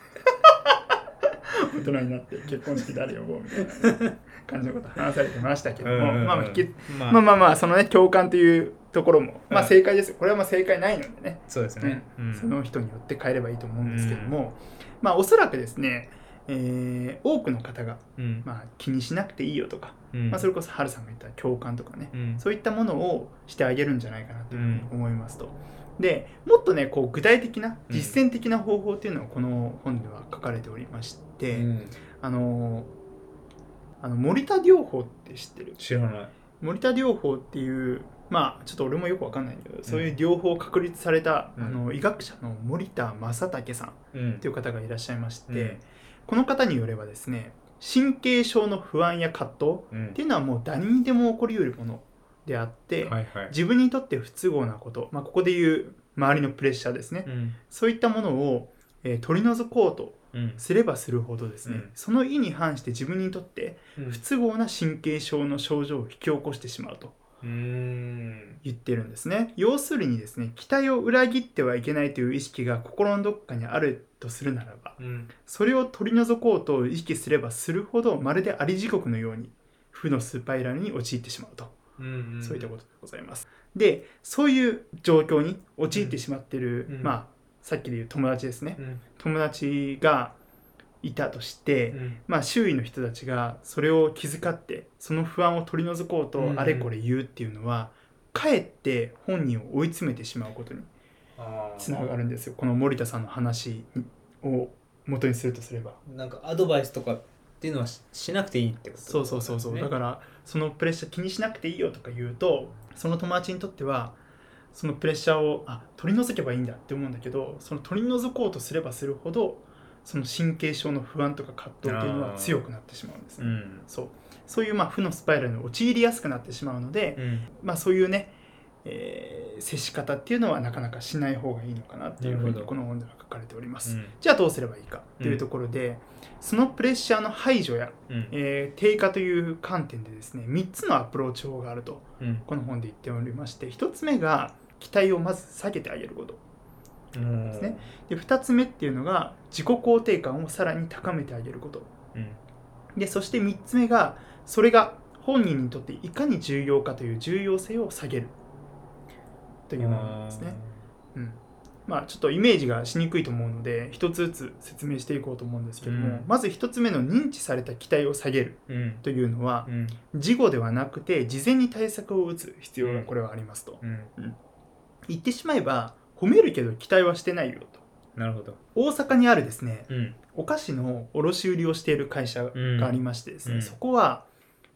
大人になって結婚式誰呼ぼうみたいな感じのこと話されてましたけども、 うんうんうんまあまあ、きまあまあまあまあそのね共感というところもまあうん正解ですよ。これはまあ正解ないのでね。 そうですね、うんその人によって変えればいいと思うんですけども、まあおそらくですね、えー多くの方がうんまあ気にしなくていいよとか、 うんまあそれこそハルさんが言った共感とかね、 うんそういったものをしてあげるんじゃないかなというふうに思いますと。でもっとねこう具体的な実践的な方法っていうのはこの本では書かれておりまして、 うんあのあの森田療法って知ってる？ 知らない。 森田療法っていうまあちょっと俺もよくわかんないんだけど、そういう療法を確立された、 うんあの医学者の森田正武さんうんっていう方がいらっしゃいまして、 うんこの方によればですね、神経症の不安や葛藤うんっていうのはもう誰にでも起こりうるものであって、 はいはい自分にとって不都合なこと、まあ、ここでいう周りのプレッシャーですね、 うんそういったものを、えー取り除こうとうんすればするほどですね、 うんその意に反して自分にとってうん不都合な神経症の症状を引き起こしてしまうとうーん言ってるんですね。要するにですね、期待を裏切ってはいけないという意識が心のどこかにあるとするならば、 うんそれを取り除こうと意識すればするほどまるであり地獄のように負のスパイラルに陥ってしまうと、 うんそういったことでございます。で、そういう状況に陥ってしまっている、 うんまあさっきで言う友達ですね、 うん友達がいたとして、 うんまあ、周囲の人たちがそれを気遣ってその不安を取り除こううんうんとあれこれ言うっていうのは、かえって本人を追い詰めてしまうことにあーつながるんですよ。この森田さんの話を元にするとすれば。 なんかアドバイスとかっていうのは し, しなくていいってことそうそうそうそう、 ねだからそのプレッシャー気にしなくていいよとか言うと、その友達にとってはそのプレッシャーをあ取り除けばいいんだって思うんだけど、その取り除こうとすればするほどその神経症の不安とか葛藤っていうのは強くなってしまうんですね。 うんそうそういうまあ負のスパイラルに陥りやすくなってしまうので、 うんまあ、そういうね、えー接し方っていうのはなかなかしない方がいいのかなっていうふうになるほどこの本では書かれております。 うんじゃあどうすればいいかというところで、そのプレッシャーの排除や、 うんえー低下という観点でですね、みっつのアプローチ法があるとうんこの本で言っておりまして、ひとつめが期待をまず下げてあげることですね。でふたつめっていうのが自己肯定感をさらに高めてあげることうんで、そしてみっつめがそれが本人にとっていかに重要かという重要性を下げるというものなんですね。うん、まあちょっとイメージがしにくいと思うので一つずつ説明していこうと思うんですけども、 うんまずひとつめの認知された期待を下げるうんというのは、 うん事後ではなくて事前に対策を打つ必要がこれはありますと、 うん言ってしまえば褒めるけど期待はしてないよと。 なるほど。 大阪にあるですね、 うんお菓子の卸売りをしている会社がありましてですね、 うんそこは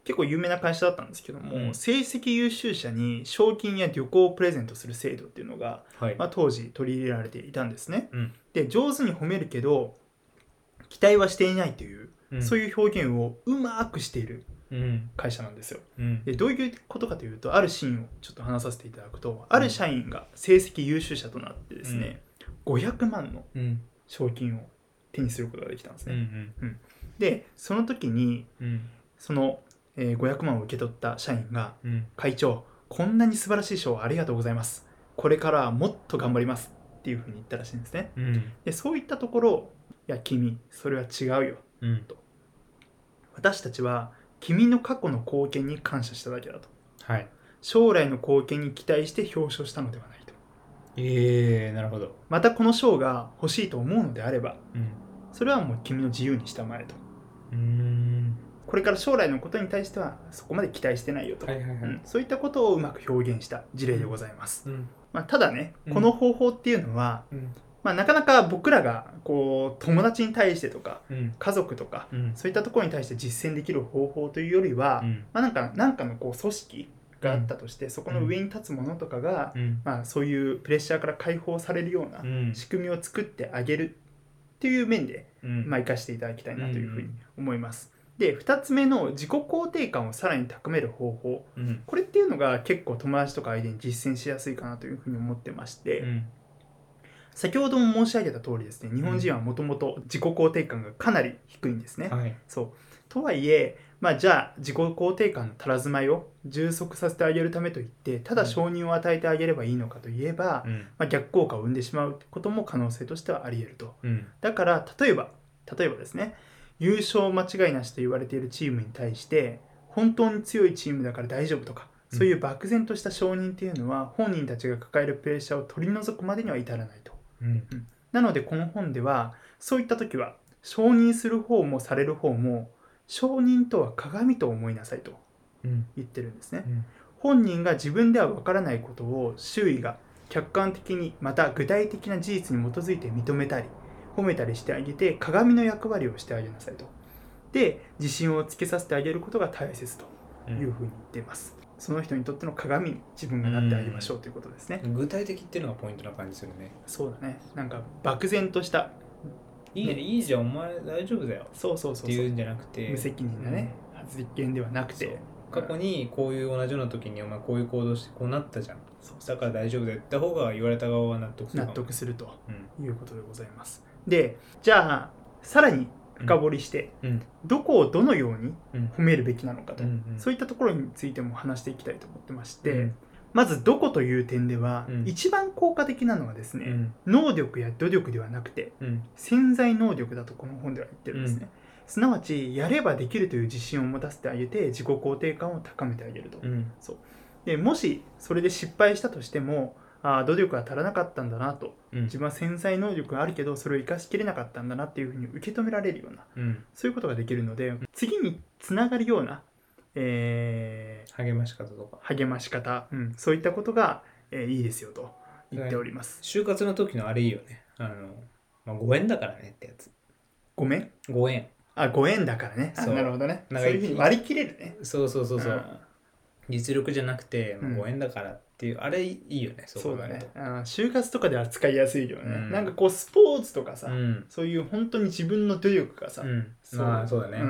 結構有名な会社だったんですけども、 うん、 成績優秀者に賞金や旅行をプレゼントする制度っていうのが、はい、まあ、当時取り入れられていたんですね、うん、で上手に褒めるけど期待はしていないという、うん、そういう表現をうまくしている会社なんですよ、うん、でどういうことかというと、あるシーンをちょっと話させていただくと、うん、ある社員が成績優秀者となってですね、うん、ごひゃくまんの賞金を手にすることができたんですね、うんうんうん、でその時に、うん、そのえー、ごひゃくまんを受け取った社員が、うん、会長、こんなに素晴らしい賞をありがとうございます。これからはもっと頑張りますっていうふうに言ったらしいんですね。うん、でそういったところ、いや君、それは違うよ、うん、と。私たちは君の過去の貢献に感謝しただけだと。はい、将来の貢献に期待して表彰したのではないと。 えー、なるほど。 またこの賞が欲しいと思うのであれば、うん、それはもう君の自由にしたまえと。うーんこれから将来のことに対してはそこまで期待してないよと、はいはいはい、うん、そういったことをうまく表現した事例でございます、うん、まあ、ただね、この方法っていうのは、うん、まあ、なかなか僕らがこう友達に対してとか、うん、家族とか、うん、そういったところに対して実践できる方法というよりは、うんまあ、なんかなんかのこう組織があったとして、うん、そこの上に立つものとかが、うんまあ、そういうプレッシャーから解放されるような仕組みを作ってあげるっていう面で、うんまあ、生かしていただきたいなというふうに思います、でふたつめの自己肯定感をさらに高める方法、うん、これっていうのが結構友達とか相手に実践しやすいかなというふうに思ってまして、うん、先ほども申し上げた通りですね、日本人はもともと自己肯定感がかなり低いんですね、はい、そうとはいえ、まあ、じゃあ自己肯定感の足らずまいを充足させてあげるためといってただ承認を与えてあげればいいのかといえば、うんまあ、逆効果を生んでしまうことも可能性としてはあり得ると、うん、だから例えば例えばですね、優勝間違いなしと言われているチームに対して本当に強いチームだから大丈夫とか、そういう漠然とした承認っていうのは本人たちが抱えるプレッシャーを取り除くまでには至らないと、うんうん、なのでこの本ではそういった時は承認する方もされる方も承認とは鏡と思いなさいと言ってるんですね、うんうん、本人が自分では分からないことを周囲が客観的にまた具体的な事実に基づいて認めたり褒めたりしてあげて鏡の役割をしてあげなさいと。で自信をつけさせてあげることが大切というふうに言っています、うん、その人にとっての鏡に自分がなってあげましょうということですね。 具体的っていうのがポイントな感じするね。 そうだね。なんか漠然としたいいね、いいじゃんお前大丈夫だよそうそうそうそうっていうんじゃなくて無責任なね、うん、発言ではなくて過去にこういう同じような時にお前こういう行動してこうなったじゃん、だから大丈夫だよって方が言われた側は納得する納得するということでございます、うん、でじゃあさらに深掘りして、うん、どこをどのように褒めるべきなのかと、うんうん、そういったところについても話していきたいと思ってまして、うん、まずどこという点では、うん、一番効果的なのはですね、うん、能力や努力ではなくて、うん、潜在能力だとこの本では言ってるんですね、うん、すなわちやればできるという自信を持たせてあげて自己肯定感を高めてあげると、うん、そうでもしそれで失敗したとしてもあ努力が足らなかったんだなと、うん、自分は潜在能力があるけどそれを生かしきれなかったんだなっていうふうに受け止められるような、うん、そういうことができるので、うん、次につながるような、えー、励まし方とか励まし方、うん、そういったことが、えー、いいですよと言っております。 就活の時のあれいいよね、あの、まあ、ごえんだからねってやつ。 ごめんごえんあごえんだからね。あなるほどね。そういうふうに割り切れるね。 そうそうそうそう、うん、実力じゃなくて、まあ、ごえんだからっていう、うん、あれいいよね。 そうだね。あ就活とかでは使いやすいよね、うん、なんかこうスポーツとかさ、うん、そういう本当に自分の努力がさ、うん、そう、まあ、そうだね、うん、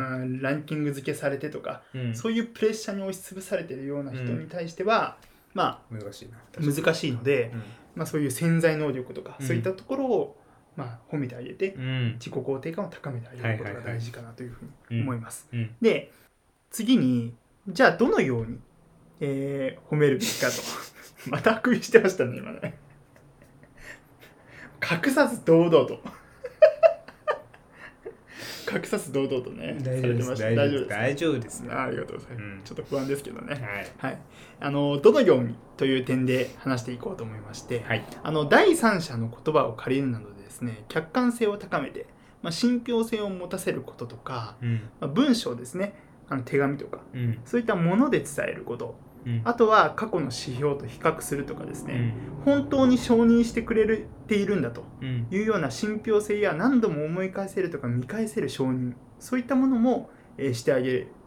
ランキング付けされてとか、うん、そういうプレッシャーに押しつぶされてるような人に対しては、うん、まあ難しいな難しいので、うんまあ、そういう潜在能力とか、うん、そういったところをまあ、褒めてあげて、うん、自己肯定感を高めてあげることが大事かなというふうに思います。で、次に、じゃあどのように、えー、褒めるべきかと。またあくびしてましたね、今ね。隠さず堂々と。隠さず堂々とね、 大丈夫です。大丈夫です。大丈夫です。 ありがとうございます、うん。ちょっと不安ですけどね。はい。はい、あのどのようにという点で話していこうと思いまして、はい、あの第三者の言葉を借りるなどでですね、客観性を高めて、まあ、信憑性を持たせることとか、うんまあ、文章ですね、あの手紙とか、うん、そういったもので伝えること、うん、あとは過去の指標と比較するとかですね、うん、本当に承認してくれているんだというような信憑性や何度も思い返せるとか見返せる承認、そういったものも、えー、してあげ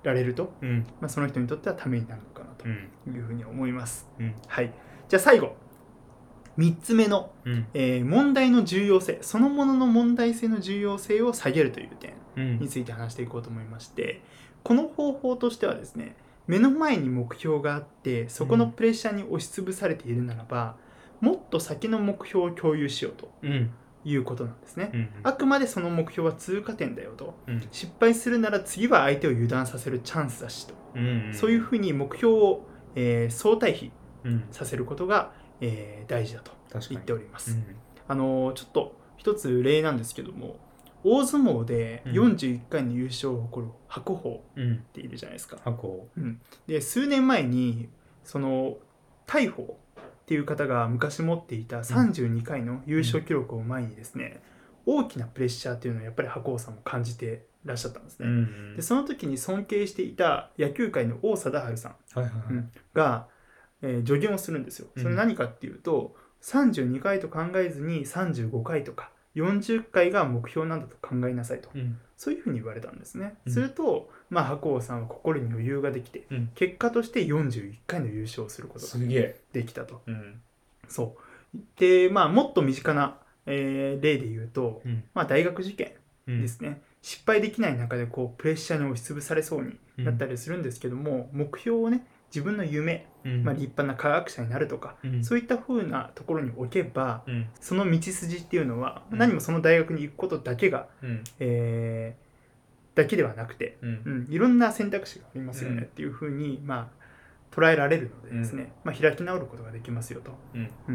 られると、 うんまあ、その人にとってはためになるのかなというふうに思います、 うん、 はい。じゃあ最後みっつめの、 うんえー、問題の重要性、そのものの問題性の重要性を下げるという点について話していこうと思いまして、うん、この方法としてはですね、目の前に目標があってそこのプレッシャーに押しつぶされているならば、うん、もっと先の目標を共有しようということなんですね、うんうん、あくまでその目標は通過点だよと、うん、失敗するなら次は相手を油断させるチャンスだしと、うんうん、そういうふうに目標を、えー、相対比させることが、えー、大事だと言っております、うん、あのちょっと一つ例なんですけども、大相撲でよんじゅういっかいの優勝を誇る白鵬っているじゃないですか、 白鵬、 うん、で数年前にその大鵬っていう方が昔持っていたさんじゅうにかいの優勝記録を前にですね、うん、大きなプレッシャーっていうのをやっぱり白鵬さんも感じてらっしゃったんですね、うんうん、でその時に尊敬していた野球界の王貞治さん、はいはいはい、うん、が、えー、助言をするんですよ。それ何かっていうと、さんじゅうにかいと考えずにさんじゅうごかいとかよんじゅっかいが目標なんだと考えなさいと、うん、そういうふうに言われたんですね、うん、すると、まあ、白鵬さんは心に余裕ができて、うん、結果としてよんじゅういっかいの優勝をすることができたと、うん、そうで、まあ、もっと身近な、えー、例で言うと、うんまあ、大学受験ですね、うん、失敗できない中でこうプレッシャーに押しつぶされそうになったりするんですけども、うん、目標をね、自分の夢、うんまあ、立派な科学者になるとか、うん、そういった風なところに置けば、うん、その道筋っていうのは、うん、何もその大学に行くことだけが、うんえー、だけではなくて、うんうん、いろんな選択肢がありますよねっていう風に、まあ、捉えられるのでですね、うんまあ、開き直ることができますよと、うんうん、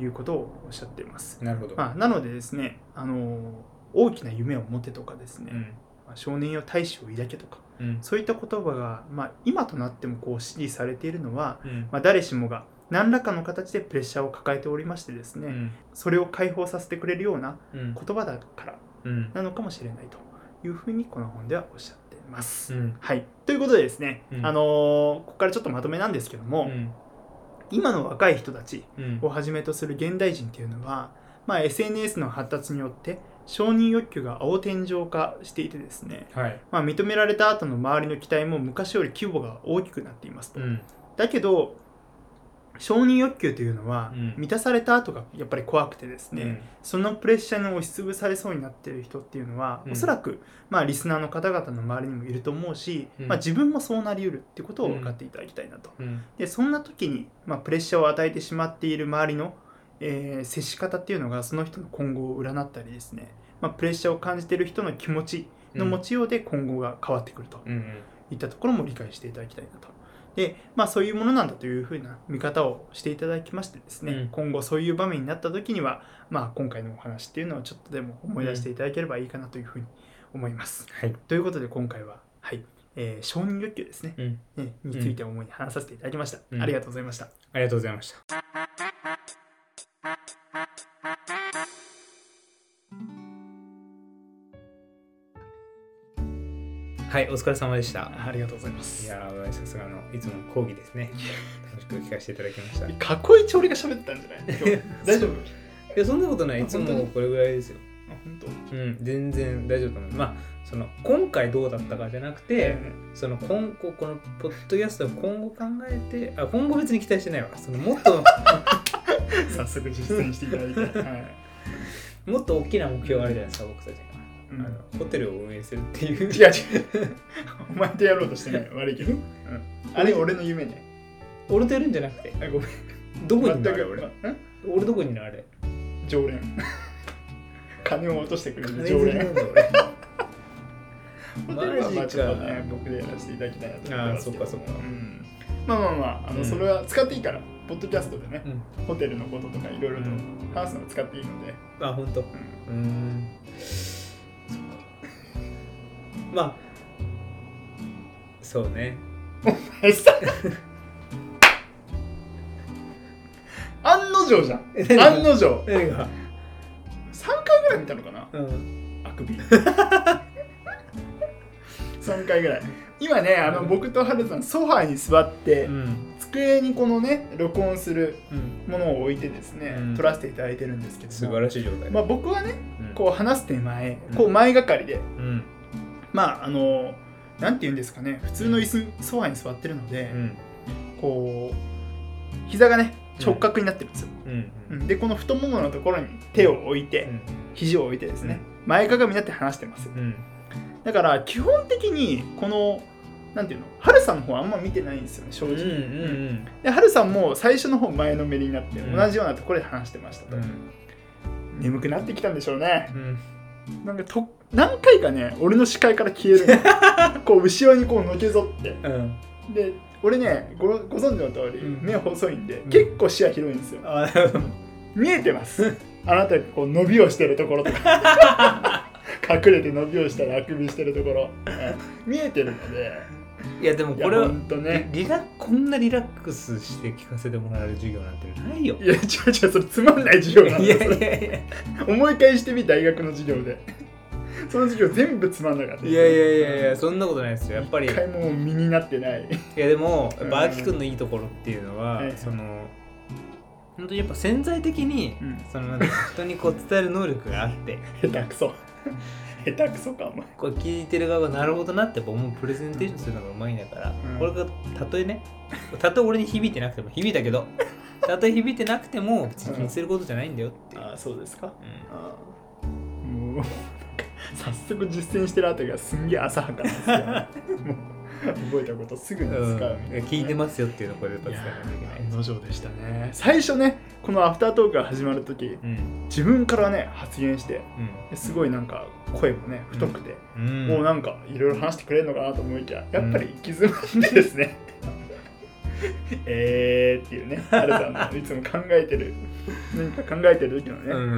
いうことをおっしゃっています。 なるほど。 まあ、なのでですね、あの大きな夢を持てとかですね、うん少年よ大志を抱けとか、うん、そういった言葉が、まあ、今となってもこう支持されているのは、うんまあ、誰しもが何らかの形でプレッシャーを抱えておりましてですね、うん、それを解放させてくれるような言葉だからなのかもしれないというふうにこの本ではおっしゃっています、うんはい、ということでですね、うんあのー、ここからちょっとまとめなんですけども、うん、今の若い人たちをはじめとする現代人っていうのは、まあ、エスエヌエス の発達によって承認欲求が青天井化していてですね、はいまあ、認められた後の周りの期待も昔より規模が大きくなっていますと、うん、だけど承認欲求というのは、うん、満たされた後がやっぱり怖くてですね、うん、そのプレッシャーに押しつぶされそうになっている人っていうのは、うん、おそらく、まあ、リスナーの方々の周りにもいると思うし、うんまあ、自分もそうなりうるっていうことを分かっていただきたいなと、うん、でそんな時に、まあ、プレッシャーを与えてしまっている周りのえー、接し方っていうのがその人の今後を占ったりですね、まあ、プレッシャーを感じている人の気持ちの持ちようで今後が変わってくるといったところも理解していただきたいなと。で、まあ、そういうものなんだというふうな見方をしていただきましてですね、うん、今後そういう場面になった時には、まあ、今回のお話っていうのをちょっとでも思い出していただければいいかなというふうに思います、うんはい、ということで今回は、はいえー、承認欲求ですね、うん、について思いに話させていただきました、うん、ありがとうございました。 ありがとうございました。はい、お疲れ様でした。 ありがとうございます。 いやー、さすがのいつもの講義ですね。楽しく聞かせていただきました。 過去一俺が喋ったんじゃない大丈夫？いや、そんなことない。いつもこれぐらいですよ。 あ、本当？ うん、全然大丈夫と思う。まあ、その今回どうだったかじゃなくて、うん、その今後このポッドキャストを今後考えて、あ、今後別に期待してないわ。そのもっと早速実践していただいて、はい、 もっと大きな目標があるじゃないですか、僕たちが。うん、あのホテルを運営するっていう。 違う違う。お前とやろうとしてない。悪いけど。うん、あれ俺の夢ね。 俺とやるんじゃなくて。 あ、ごめん。 どこにいるの俺。俺どこにいるのあれ。 常連。金を落としてくれる常連。ホテルはまあちょっとね、僕でやらせていただきたいなと思いますけど。ああ、そっかそっか。うん、まあまあまあ、あの、うん、それは使っていいから、ポッドキャストでね、うん、ホテルのこととかいろいろと話すのを使っていいので。 うん、あ、ほんと。うん。うんまあそうね。 お前さ案の定じゃん。案の定。 何がさんかいぐらい見たのかな、うん、あくびさんかいぐらい。今ね、あの、うん、僕とハルさんソファーに座って、うん、机にこのね録音するものを置いてですね、うん、撮らせていただいてるんですけども、 素晴らしい状態。 まあ、僕はね、うん、こう話す手前こう前がかりで、うん、まああのなんて言うんですかね、普通の椅子にソファに座ってるので、うん、こう膝がね直角になってるんですよ、うんうん、でこの太もものところに手を置いて、うん、肘を置いてですね、うん、前かがみになって話してます、うん、だから基本的にこのなんていうの、ハルさんの方あんま見てないんですよね正直、うんうんうん、でハルさんも最初の方前のめりになって、うん、同じようなところで話してましたと、うん、眠くなってきたんでしょうね、うん、なんかと何回かね俺の視界から消えるのこう後ろにこうのけぞって、うん、で俺ね ご, ご存知の通り、うん、目細いんで、うん、結構視野広いんですよ、うん、見えてますあなたがこう伸びをしてるところとか隠れて伸びをしたりあくびしてるところ、うん、見えてるので、 いやでもこれは、ね、リラこんなリラックスして聞かせてもらえる授業なんてないよ。 いや違う違う、それつまんない授業なんですよ。いやいやいや思い返してみ、大学の授業でその授業全部つまんなかった。 いやいやいやいや、そんなことないですよやっぱり。 一回も身になってない。 いやでもバーキ君のいいところっていうのは、うん、その本当にやっぱ潜在的に、うん、その人にこう伝える能力があって下手くそ下手くそかお前。 これ聞いてる側がなるほどなって思うプレゼンテーションするのがうまいんだから、うん、これがたとえねたとえ俺に響いてなくても響いたけどたとえ響いてなくても別に気にすることじゃないんだよっていう、 うん、ああそうですか、うん、あもう早速実践してるあたりがすんげえ浅はかなんですよもう覚えたことすぐに使う、うん、 聞いてますよっていうのをこれで伝えなきゃいけない。 案の定でしたね。最初ねこのアフタートークが始まるとき、うん、自分からね発言して、うん、すごいなんか声もね太くて、うん、もうなんかいろいろ話してくれるのかなと思いきややっぱり行き詰まってですね、うん、えーっていうねハルさんのいつも考えてる何か考えてる時のね、うんうん、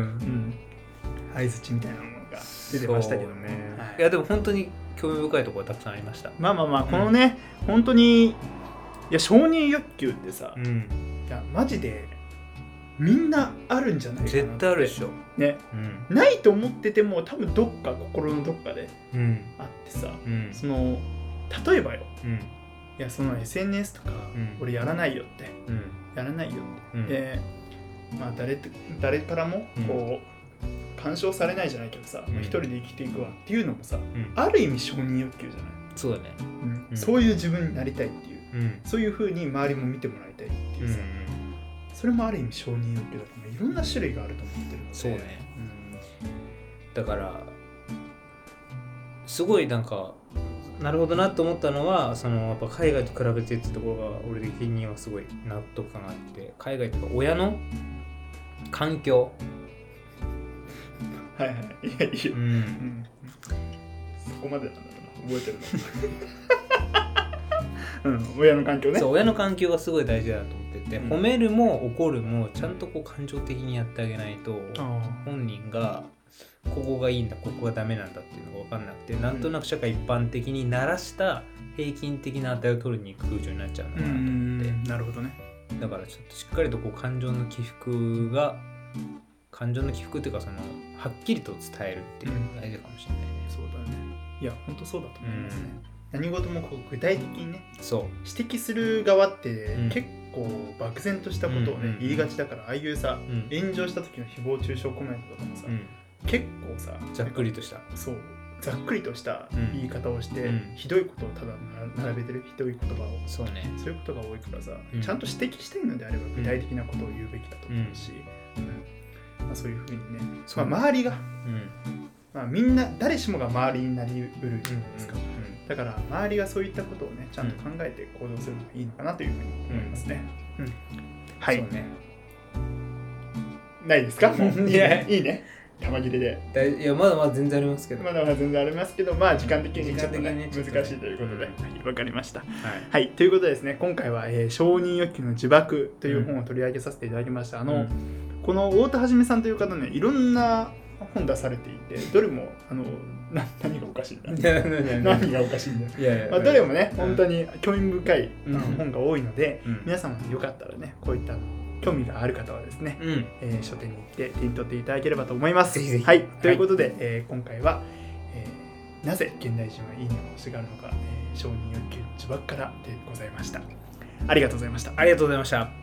相づちみたいなものが出てましたけどね、 はい、いやでも本当に興味深いところがたくさんありました。 まあまあまあこのね、うん、本当にいや承認欲求ってさ、うん、いやマジでみんなあるんじゃないかなって。 絶対あるでしょね、うん、ないと思ってても多分どっか心のどっかであってさ、うん、その例えばよ、うん、いやその エスエヌエス とか、うん、俺やらないよって、うん、やらないよって、うん、でまあ 誰, 誰からもこう、うん、干渉されないじゃないけどさ、うん、一人で生きていくわっていうのもさ、うん、ある意味承認欲求じゃない。 そうだね、 うんうん、そういう自分になりたいっていう、うん、そういう風に周りも見てもらいたいっていうさ、うん、それもある意味承認欲求だからいろんな種類があると思ってるので。 そうね、うん、だからすごいなんかなるほどなと思ったのはそのやっぱ海外と比べてってところが俺的にはすごい納得感があって、海外とか親の環境はいはいいやいいよ、うんうん、そこまでなんだろうな覚えてるの、うん、親の環境ね。 そう親の環境がすごい大事だと思ってて、うん、褒めるも怒るもちゃんとこう感情的にやってあげないと本人がここがいいんだここがダメなんだっていうのが分かんなくて、なんとなく社会一般的に鳴らした平均的な値を取りに行く風潮になっちゃうのかなと思って。 なるほどね。 だからちょっとしっかりとこう感情の起伏が感情の起伏っていうかそのはっきりと伝えるっていうのが大事かもしれないね、 うん、そうだね。いや本当そうだと思いますね、うん、何事もこう具体的にねそう指摘する側って結構漠然としたことをね、うん、言いがちだから、ああいうさ、うん、炎上した時の誹謗中傷コメントとかもさ、うん、結構さざっくりとしたそうざっくりとした言い方をして、うん、ひどいことをただ並べてるひどい言葉をそうねそういうことが多いからさ、うん、ちゃんと指摘したいのであれば具体的なことを言うべきだと思うし、うんうんまあ、そういうふうにね、まあ、周りが、うんまあ、みんな誰しもが周りになりうるじゃないですか、うんうん、だから周りがそういったことをねちゃんと考えて行動するのがいいのかなというふうに思いますね、うんうん、はいそうねないですかもういいねいいね玉切れでいやまだまだ全然ありますけどまだまだ全然ありますけどまあ時間的にちょっとね、ね難しいということで、うん、はい、わかりました、はい、はい、ということでですね今回は、えー、承認欲求の呪縛という本を取り上げさせていただきました、うん、あの、うん、この太田はじめさんという方ねいろんな本出されていてどれもあのな何がおかしいんだ何がおかしいんだいやいや、まあ、どれもね、うん、本当に興味深い、うん、本が多いので、うん、皆様よかったらねこういった興味がある方はですね、うんえー、書店に行って手に取っていただければと思います。ぜひぜひはい、ということで、はいえー、今回は、えー、なぜ現代人はいいねを欲しがるのか、えー、承認欲求の呪縛からでございました。ありがとうございました。 ありがとうございました。